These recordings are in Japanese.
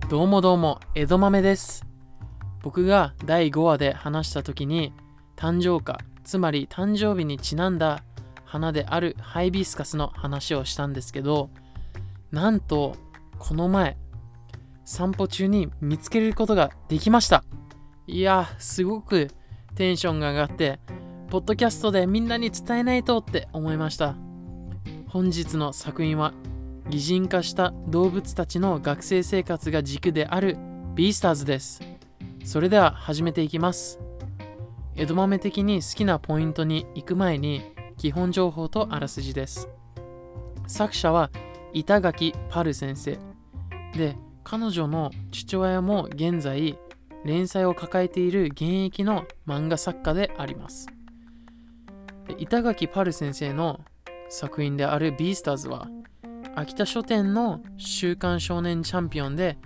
どうもどうも、江戸豆です。僕が第5話で話した時に、誕生花、つまり誕生日にちなんだ花であるハイビスカスの話をしたんですけど、なんとこの前、散歩中に見つけることができました。いや、すごくテンションが上がって、ポッドキャストでみんなに伝えないとって思いました。本日の作品は、擬人化した動物たちの学生生活が軸であるビースターズです。それでは始めていきます。江戸豆的に好きなポイントに行く前に基本情報とあらすじです。作者は板垣パル先生で、彼女の父親も現在連載を抱えている現役の漫画作家であります。板垣パル先生の作品であるビースターズは秋田書店の週刊少年チャンピオンで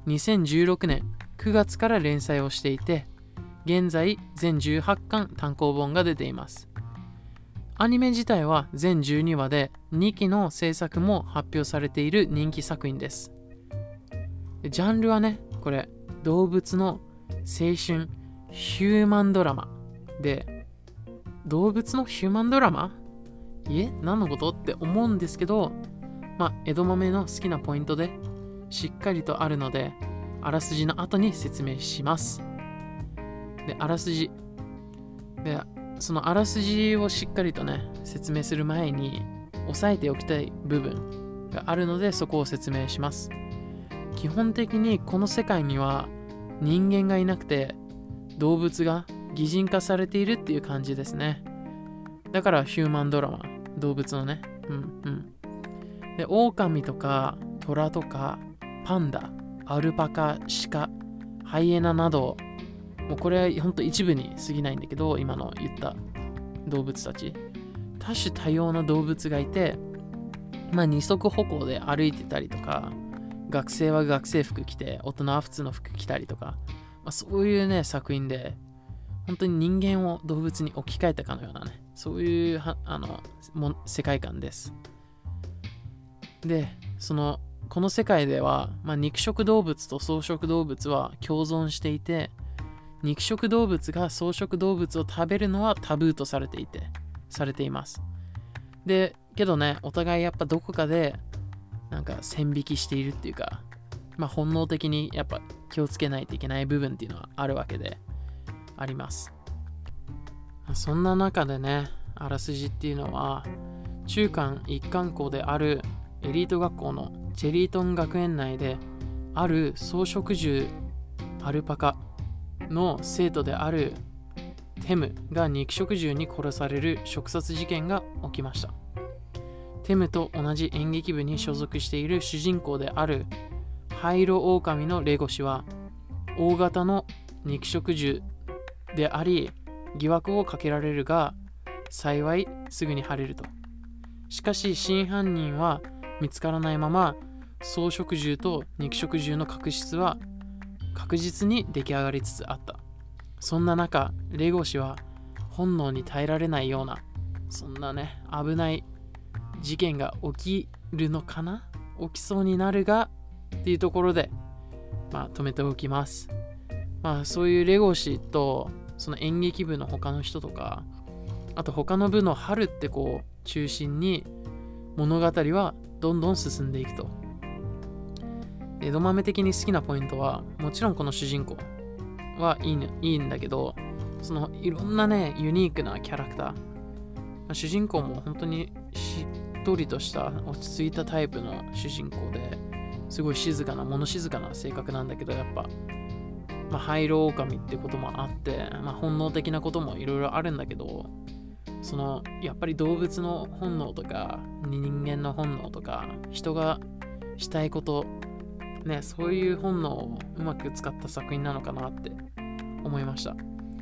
2016年9月から連載をしていて、現在全18巻単行本が出ています。アニメ自体は全12話で2期の制作も発表されている人気作品です。ジャンルはね、これ動物の青春ヒューマンドラマで、動物のヒューマンドラマ？何のことって思うんですけど、江戸豆の好きなポイントでしっかりとあるので、あらすじの後に説明します。で、あらすじで、そのあらすじをしっかりとね説明する前に押さえておきたい部分があるので、そこを説明します。基本的にこの世界には人間がいなくて、動物が擬人化されているっていう感じですね。だからヒューマンドラマ、動物のね。で、狼とか虎とかパンダ、アルパカ、鹿、ハイエナなど、もうこれはほんと一部に過ぎないんだけど、今の言った動物たち、多種多様な動物がいて、二足歩行で歩いてたりとか、学生は学生服着て、大人は普通の服着たりとか、そういうね作品で、本当に人間を動物に置き換えたかのようなね、そういう世界観です。で、この世界では、肉食動物と草食動物は共存していて、肉食動物が草食動物を食べるのはタブーとされています。で、けどね、お互いやっぱどこかでなんか線引きしているっていうか、本能的にやっぱ気をつけないといけない部分っていうのはあるわけであります。そんな中でね、あらすじっていうのは、中間一貫校であるエリート学校のチェリートン学園内で、ある草食獣アルパカの生徒であるテムが肉食獣に殺される食殺事件が起きました。テムと同じ演劇部に所属している主人公であるハイロオオカミのレゴ氏は、大型の肉食獣であり疑惑をかけられるが、幸いすぐに晴れると。しかし真犯人は見つからないまま、草食獣と肉食獣の確執は確実に出来上がりつつあった。そんな中、レゴ氏は本能に耐えられないような、そんなね危ない事件が起きるのかな、起きそうになるがっていうところで止めておきます。そういうレゴ氏とその演劇部の他の人とか、あと他の部の春って子を中心に物語はどんどん進んでいくと。江戸豆的に好きなポイントは、もちろんこの主人公はいいんだけど、そのいろんなねユニークなキャラクター、主人公も本当にしっとりとした落ち着いたタイプの主人公で、すごい物静かな性格なんだけど、やっぱハイロオオカミってこともあって、本能的なこともいろいろあるんだけど、やっぱり動物の本能とか人間の本能とか人がしたいことね、そういう本能をうまく使った作品なのかなって思いました。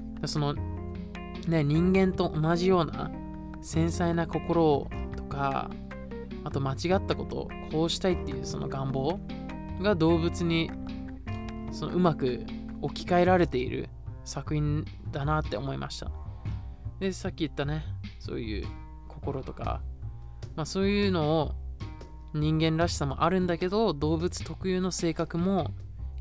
人間と同じような繊細な心とか、あと間違ったことをこうしたいっていうその願望が動物にうまく置き換えられている作品だなって思いました。で、さっき言ったね、そういう心とか、そういうのを人間らしさもあるんだけど、動物特有の性格も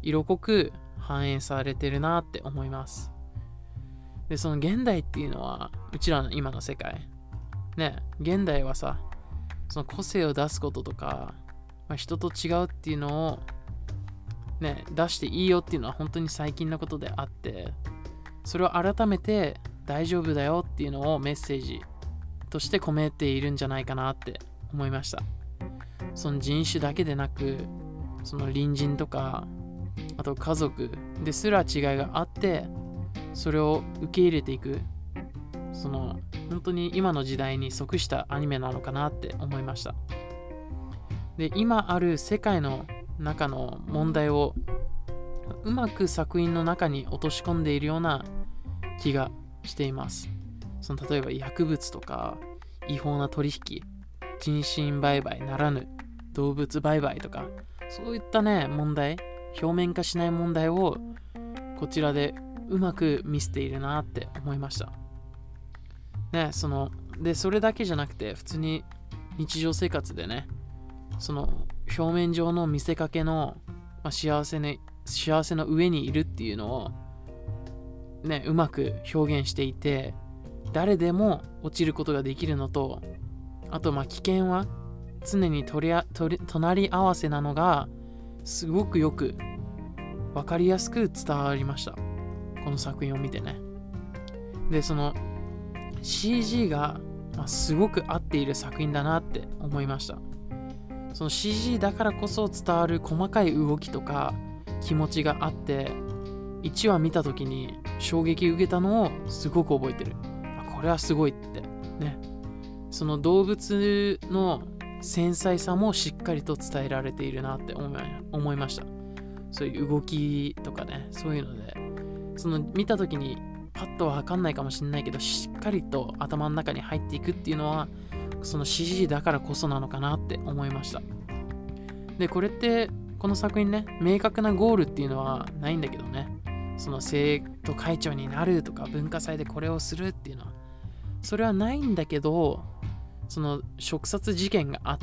色濃く反映されてるなって思います。で、その現代っていうのは、うちらの今の世界。ね、現代はさ、その個性を出すこととか、人と違うっていうのを、ね、出していいよっていうのは本当に最近のことであって、それを改めて大丈夫だよっていうのをメッセージとして込めているんじゃないかなって思いました。その人種だけでなく、その隣人とか、あと家族ですら違いがあって、それを受け入れていく、その本当に今の時代に即したアニメなのかなって思いました。で、今ある世界の中の問題をうまく作品の中に落とし込んでいるような気がしています。その例えば薬物とか違法な取引、人身売買ならぬ動物売買とか、そういったね問題、表面化しない問題をこちらでうまく見せているなって思いました。ね、それだけじゃなくて、普通に日常生活でね、その表面上の見せかけの、幸せの上にいるっていうのをね、うまく表現していて、誰でも落ちることができるのと、あと危険は常に隣り合わせなのがすごくよく分かりやすく伝わりました。この作品を見てね。で、その CG がすごく合っている作品だなって思いました。その CG だからこそ伝わる細かい動きとか気持ちがあって、1話見た時に衝撃受けたのをすごく覚えてる。これはすごいってね。その動物の繊細さもしっかりと伝えられているなって思いました。そういう動きとかね、そういうので、その見た時にパッとは分かんないかもしれないけど、しっかりと頭の中に入っていくっていうのは、その CG だからこそなのかなって思いました。で、これってこの作品ね、明確なゴールっていうのはないんだけどね、その生徒会長になるとか文化祭でこれをするっていうのは、それはないんだけど、その触殺事件があって、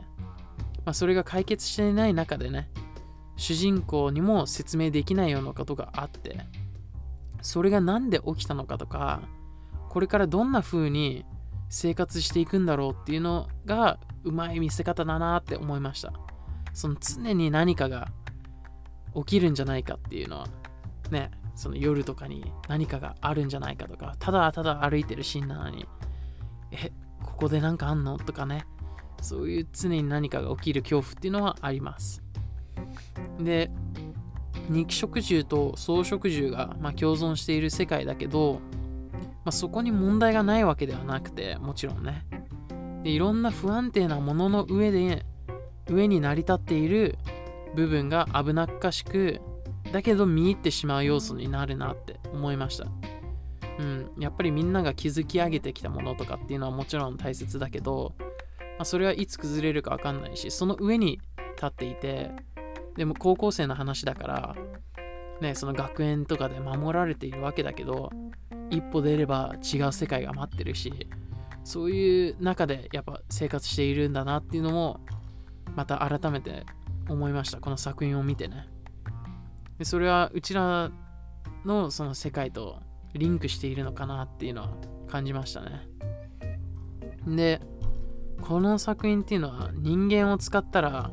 それが解決していない中でね、主人公にも説明できないようなことがあって、それがなんで起きたのかとか、これからどんな風に生活していくんだろうっていうのがうまい見せ方だなって思いました。その常に何かが起きるんじゃないかっていうのはね、その夜とかに何かがあるんじゃないかとか、ただただ歩いてるシーンなのに、ここでなんかあんのとかね、そういう常に何かが起きる恐怖っていうのはあります。で、肉食獣と草食獣が共存している世界だけど、そこに問題がないわけではなくて、もちろんね。で、いろんな不安定なものの上に成り立っている部分が危なっかしく、だけど見入ってしまう要素になるなって思いました。やっぱりみんなが築き上げてきたものとかっていうのはもちろん大切だけど、それはいつ崩れるか分かんないし、その上に立っていて、でも高校生の話だからね、その学園とかで守られているわけだけど、一歩出れば違う世界が待ってるし、そういう中でやっぱ生活しているんだなっていうのもまた改めて思いました、この作品を見てね。で、それはうちらのその世界とリンクしているのかなっていうのは感じましたね。で、この作品っていうのは人間を使ったら、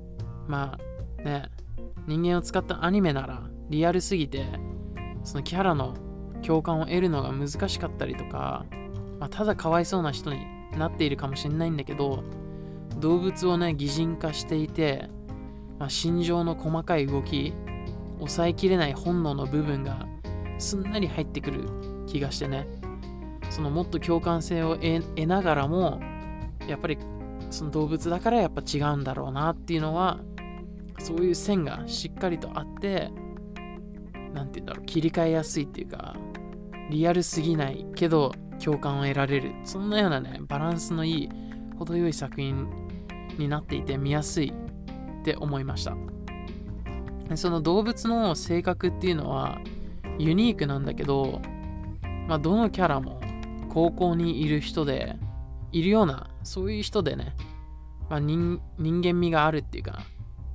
人間を使ったアニメならリアルすぎて、そのキャラの共感を得るのが難しかったりとか、ただかわいそうな人になっているかもしれないんだけど、動物をね擬人化していて、心情の細かい動き、抑えきれない本能の部分がすんなり入ってくる気がしてね、そのもっと共感性を得ながらも、やっぱりその動物だからやっぱ違うんだろうなっていうのは、そういう線がしっかりとあって、なんていうんだろう、切り替えやすいっていうか、リアルすぎないけど共感を得られる、そんなようなねバランスのいい程よい作品になっていて見やすいって思いました。その動物の性格っていうのはユニークなんだけど、どのキャラも高校にいる人でいるような、そういう人でね、人間味があるっていうか、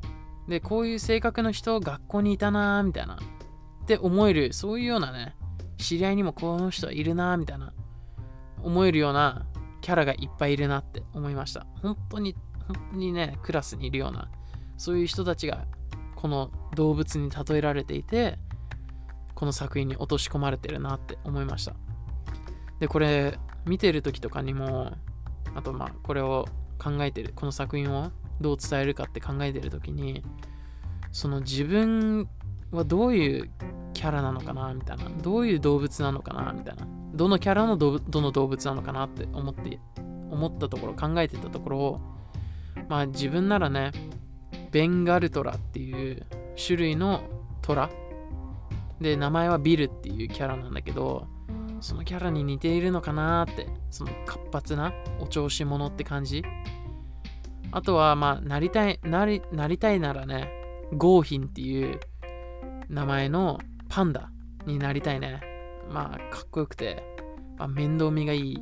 で、こういう性格の人学校にいたなみたいなって思える、そういうようなね、知り合いにもこの人いるなみたいな思えるようなキャラがいっぱいいるなって思いました。本当にね、クラスにいるようなそういう人たちがこの動物に例えられていて、この作品に落とし込まれてるなって思いました。で、これ見てる時とかにも、あとこれを考えてる、この作品をどう伝えるかって考えてる時に、その自分はどういうキャラなのかなみたいな、どういう動物なのかなみたいな、どのキャラのどの動物なのかなって思ったところ、考えてたところ、自分ならね、ベンガルトラっていう種類のトラで、名前はビルっていうキャラなんだけど、そのキャラに似ているのかなって、その活発なお調子者って感じ。あとはなりたいならね、ゴーヒンっていう名前のパンダになりたいね。かっこよくて、面倒見がいい、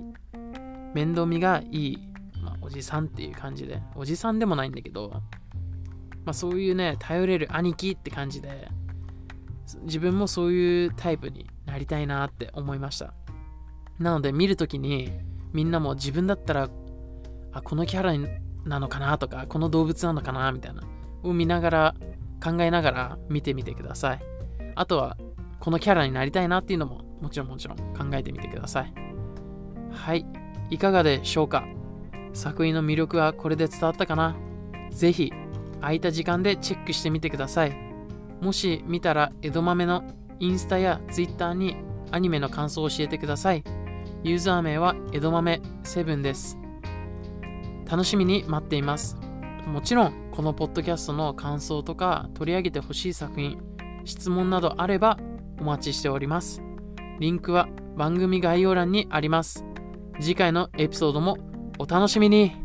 おじさんっていう感じで、おじさんでもないんだけど、そういうね、頼れる兄貴って感じで、自分もそういうタイプになりたいなって思いました。なので見るときに、みんなも自分だったらこのキャラなのかなとか、この動物なのかなみたいなを見ながら、考えながら見てみてください。あとはこのキャラになりたいなっていうのももちろん考えてみてください。はい、いかがでしょうか。作品の魅力はこれで伝わったかな。ぜひ空いた時間でチェックしてみてください。もし見たら江戸豆のインスタやツイッターにアニメの感想を教えてください。ユーザー名は江戸豆7です。楽しみに待っています。もちろんこのポッドキャストの感想とか取り上げてほしい作品、質問などあればお待ちしております。リンクは番組概要欄にあります。次回のエピソードもお楽しみに。